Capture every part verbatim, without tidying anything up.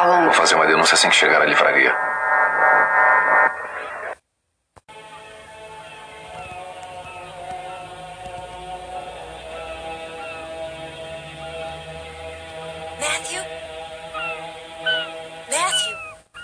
falando? Vou fazer uma denúncia assim que chegar na livraria. Matthew? Matthew?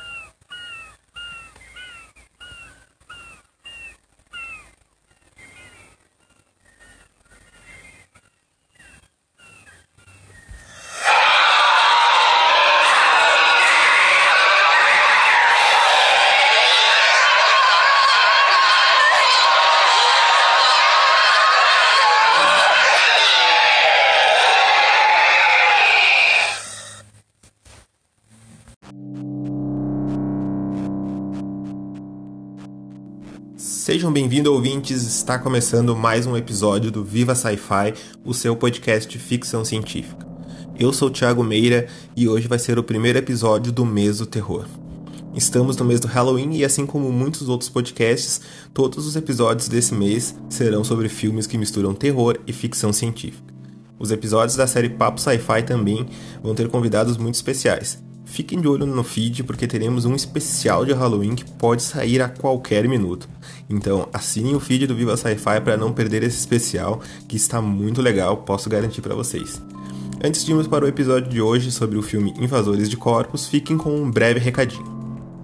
Sejam bem-vindos, ouvintes. Está começando mais um episódio do Viva Sci-Fi, o seu podcast de ficção científica. Eu sou o Thiago Meira e hoje vai ser o primeiro episódio do mês do terror. Estamos no mês do Halloween e, assim como muitos outros podcasts, todos os episódios desse mês serão sobre filmes que misturam terror e ficção científica. Os episódios da série Papo Sci-Fi também vão ter convidados muito especiais. Fiquem de olho no feed porque teremos um especial de Halloween que pode sair a qualquer minuto. Então assinem o feed do Viva Sci-Fi para não perder esse especial, que está muito legal, posso garantir para vocês. Antes de irmos para o episódio de hoje sobre o filme Invasores de Corpos, fiquem com um breve recadinho.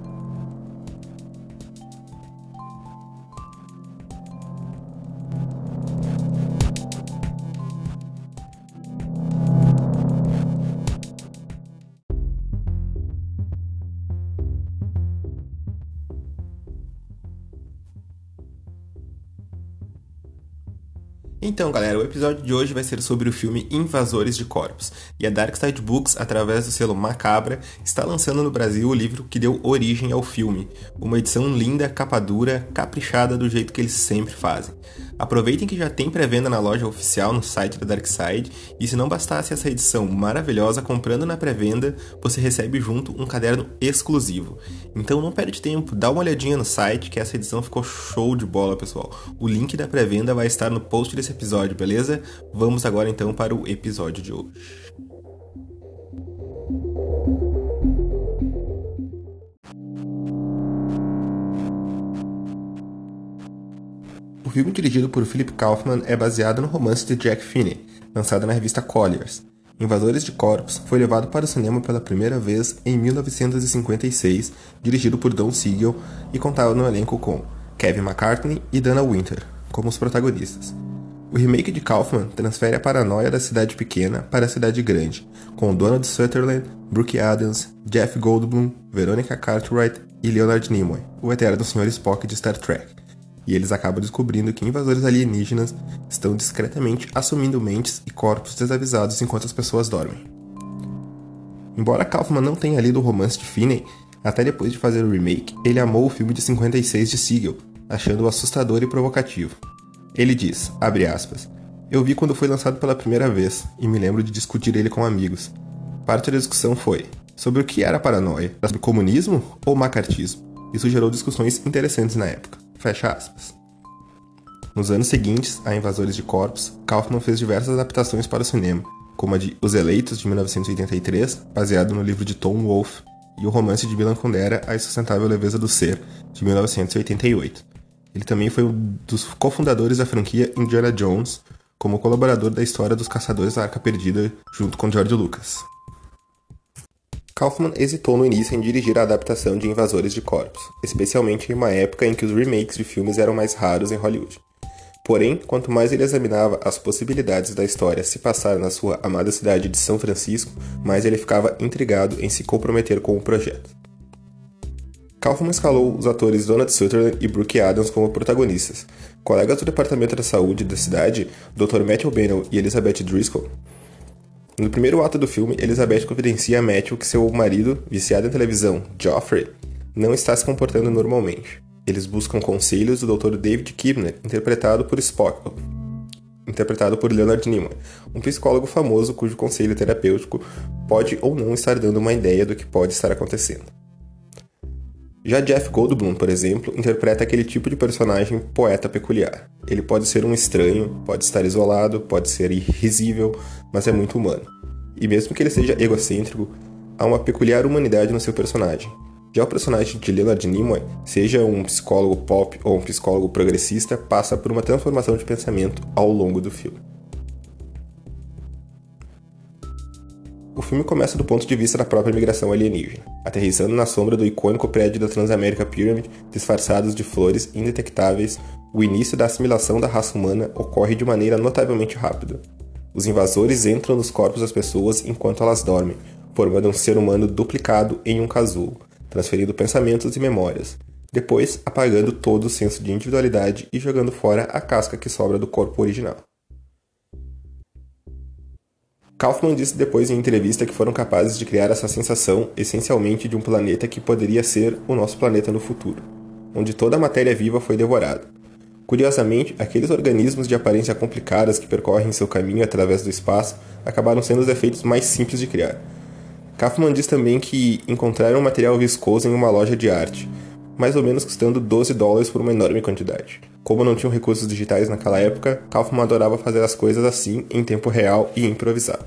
Então, galera, o episódio de hoje vai ser sobre o filme Invasores de Corpos, e a Dark Side Books, através do selo Macabra, está lançando no Brasil o livro que deu origem ao filme, uma edição linda, capa dura, caprichada do jeito que eles sempre fazem. Aproveitem que já tem pré-venda na loja oficial no site da Dark Side, e se não bastasse essa edição maravilhosa, comprando na pré-venda, você recebe junto um caderno exclusivo. Então não perde tempo, dá uma olhadinha no site, que essa edição ficou show de bola, pessoal. O link da pré-venda vai estar no post desse episódio, beleza? Vamos agora então para o episódio de hoje. O filme, dirigido por Philip Kaufman, é baseado no romance de Jack Finney, lançado na revista Collier's. Invasores de Corpos foi levado para o cinema pela primeira vez em mil novecentos e cinquenta e seis, dirigido por Don Siegel, e contava no elenco com Kevin McCartney e Dana Wynter como os protagonistas. O remake de Kaufman transfere a paranoia da cidade pequena para a cidade grande, com Donald Sutherland, Brooke Adams, Jeff Goldblum, Veronica Cartwright e Leonard Nimoy, o eterno senhor Spock de Star Trek. E eles acabam descobrindo que invasores alienígenas estão discretamente assumindo mentes e corpos desavisados enquanto as pessoas dormem. Embora Kaufman não tenha lido o romance de Finney, até depois de fazer o remake, ele amou o filme de cinquenta e seis de Siegel, achando-o assustador e provocativo. Ele diz, abre aspas, eu vi quando foi lançado pela primeira vez, e me lembro de discutir ele com amigos. Parte da discussão foi sobre o que era paranoia, sobre comunismo ou macartismo. Isso gerou discussões interessantes na época. Fecha aspas. Nos anos seguintes a Invasores de Corpos, Kaufman fez diversas adaptações para o cinema, como a de Os Eleitos, de mil novecentos e oitenta e três, baseado no livro de Tom Wolfe, e o romance de Milan Kundera, A Insustentável Leveza do Ser, de mil novecentos e oitenta e oito. Ele também foi um dos cofundadores da franquia Indiana Jones, como colaborador da história dos Caçadores da Arca Perdida, junto com George Lucas. Kaufman hesitou no início em dirigir a adaptação de Invasores de Corpos, especialmente em uma época em que os remakes de filmes eram mais raros em Hollywood. Porém, quanto mais ele examinava as possibilidades da história se passar na sua amada cidade de São Francisco, mais ele ficava intrigado em se comprometer com o projeto. Kaufman escalou os atores Donald Sutherland e Brooke Adams como protagonistas. Colegas do Departamento da Saúde da cidade, doutor Matthew Bennell e Elizabeth Driscoll. No primeiro ato do filme, Elizabeth confidencia a Matthew que seu marido, viciado em televisão, Geoffrey, não está se comportando normalmente. Eles buscam conselhos do doutor David Kibner, interpretado por Spock, interpretado por Leonard Nimoy, um psicólogo famoso cujo conselho terapêutico pode ou não estar dando uma ideia do que pode estar acontecendo. Já Jeff Goldblum, por exemplo, interpreta aquele tipo de personagem poeta peculiar. Ele pode ser um estranho, pode estar isolado, pode ser irrisível, mas é muito humano. E mesmo que ele seja egocêntrico, há uma peculiar humanidade no seu personagem. Já o personagem de Leonard Nimoy, seja um psicólogo pop ou um psicólogo progressista, passa por uma transformação de pensamento ao longo do filme. O filme começa do ponto de vista da própria migração alienígena, aterrissando na sombra do icônico prédio da Transamerica Pyramid, disfarçados de flores indetectáveis. O início da assimilação da raça humana ocorre de maneira notavelmente rápida. Os invasores entram nos corpos das pessoas enquanto elas dormem, formando um ser humano duplicado em um casulo, transferindo pensamentos e memórias, depois apagando todo o senso de individualidade e jogando fora a casca que sobra do corpo original. Kaufman disse depois em entrevista que foram capazes de criar essa sensação essencialmente de um planeta que poderia ser o nosso planeta no futuro, onde toda a matéria viva foi devorada. Curiosamente, aqueles organismos de aparência complicadas que percorrem seu caminho através do espaço acabaram sendo os efeitos mais simples de criar. Kaufman diz também que encontraram um material viscoso em uma loja de arte, mais ou menos custando doze dólares por uma enorme quantidade. Como não tinham recursos digitais naquela época, Kaufman adorava fazer as coisas assim, em tempo real e improvisado.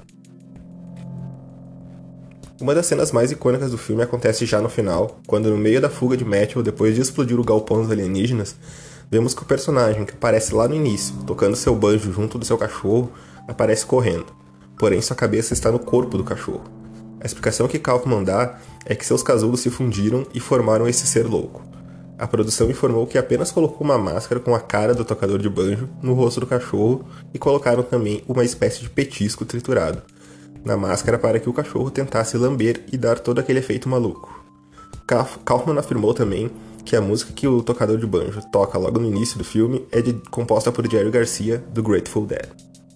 Uma das cenas mais icônicas do filme acontece já no final, quando no meio da fuga de Matthew, depois de explodir o galpão dos alienígenas, vemos que o personagem que aparece lá no início, tocando seu banjo junto do seu cachorro, aparece correndo. Porém, sua cabeça está no corpo do cachorro. A explicação que Kaufman dá é que seus casulos se fundiram e formaram esse ser louco. A produção informou que apenas colocou uma máscara com a cara do tocador de banjo no rosto do cachorro e colocaram também uma espécie de petisco triturado na máscara para que o cachorro tentasse lamber e dar todo aquele efeito maluco. Kaufman afirmou também que a música que o tocador de banjo toca logo no início do filme é de, composta por Jerry Garcia, do Grateful Dead.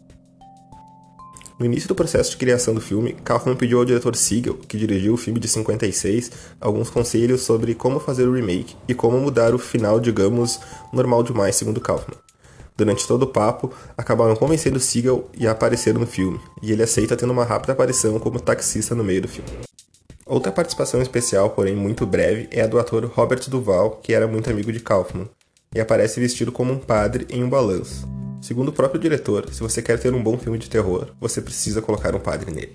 No início do processo de criação do filme, Kaufman pediu ao diretor Siegel, que dirigiu o filme de cinquenta e seis, alguns conselhos sobre como fazer o remake e como mudar o final, digamos, normal demais, segundo Kaufman. Durante todo o papo, acabaram convencendo Siegel a aparecer no filme, e ele aceita tendo uma rápida aparição como taxista no meio do filme. Outra participação especial, porém muito breve, é a do ator Robert Duvall, que era muito amigo de Kaufman, e aparece vestido como um padre em um balanço. Segundo o próprio diretor, se você quer ter um bom filme de terror, você precisa colocar um padre nele.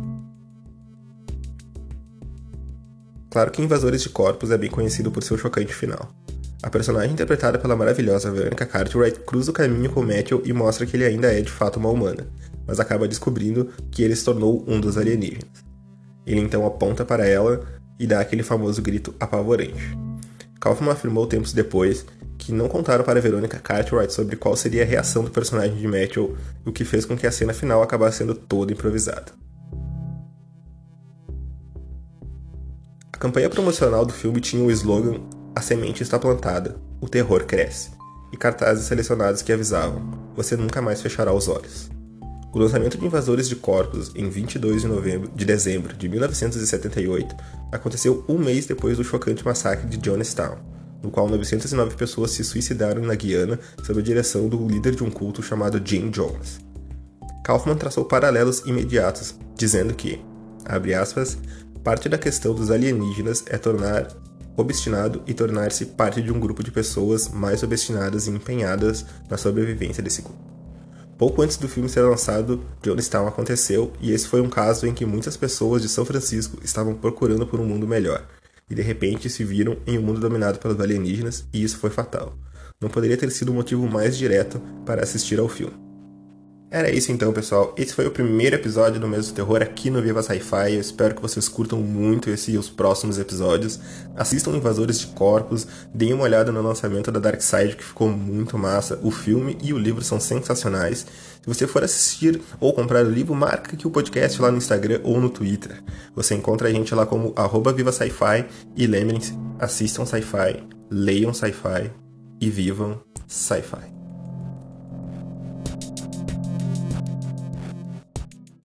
Claro que Invasores de Corpos é bem conhecido por seu chocante final. A personagem interpretada pela maravilhosa Veronica Cartwright cruza o caminho com Matthew e mostra que ele ainda é de fato uma humana, mas acaba descobrindo que ele se tornou um dos alienígenas. Ele então aponta para ela e dá aquele famoso grito apavorante. Kaufman afirmou tempos depois que não contaram para Veronica Cartwright sobre qual seria a reação do personagem de Matthew, o que fez com que a cena final acabasse sendo toda improvisada. A campanha promocional do filme tinha o slogan "A semente está plantada, o terror cresce", e cartazes selecionados que avisavam "Você nunca mais fechará os olhos". O lançamento de Invasores de Corpos, em vinte e dois de, novembro, de dezembro de mil novecentos e setenta e oito, aconteceu um mês depois do chocante massacre de Jonestown, no qual novecentas e nove pessoas se suicidaram na Guiana sob a direção do líder de um culto chamado Jim Jones. Kaufman traçou paralelos imediatos, dizendo que, abre aspas, parte da questão dos alienígenas é tornar obstinado e tornar-se parte de um grupo de pessoas mais obstinadas e empenhadas na sobrevivência desse grupo. Pouco antes do filme ser lançado, Jonestown aconteceu, e esse foi um caso em que muitas pessoas de São Francisco estavam procurando por um mundo melhor, e de repente se viram em um mundo dominado pelos alienígenas, e isso foi fatal. Não poderia ter sido o motivo mais direto para assistir ao filme. Era isso então, pessoal. Esse foi o primeiro episódio do Mês do Terror aqui no Viva Sci-Fi. Eu espero que vocês curtam muito esse e os próximos episódios. Assistam Invasores de Corpos, deem uma olhada no lançamento da Dark Side, que ficou muito massa. O filme e o livro são sensacionais. Se você for assistir ou comprar o livro, marca aqui o podcast lá no Instagram ou no Twitter. Você encontra a gente lá como arroba Viva Sci-Fi. E lembrem-se, assistam Sci-Fi, leiam Sci-Fi e vivam Sci-Fi.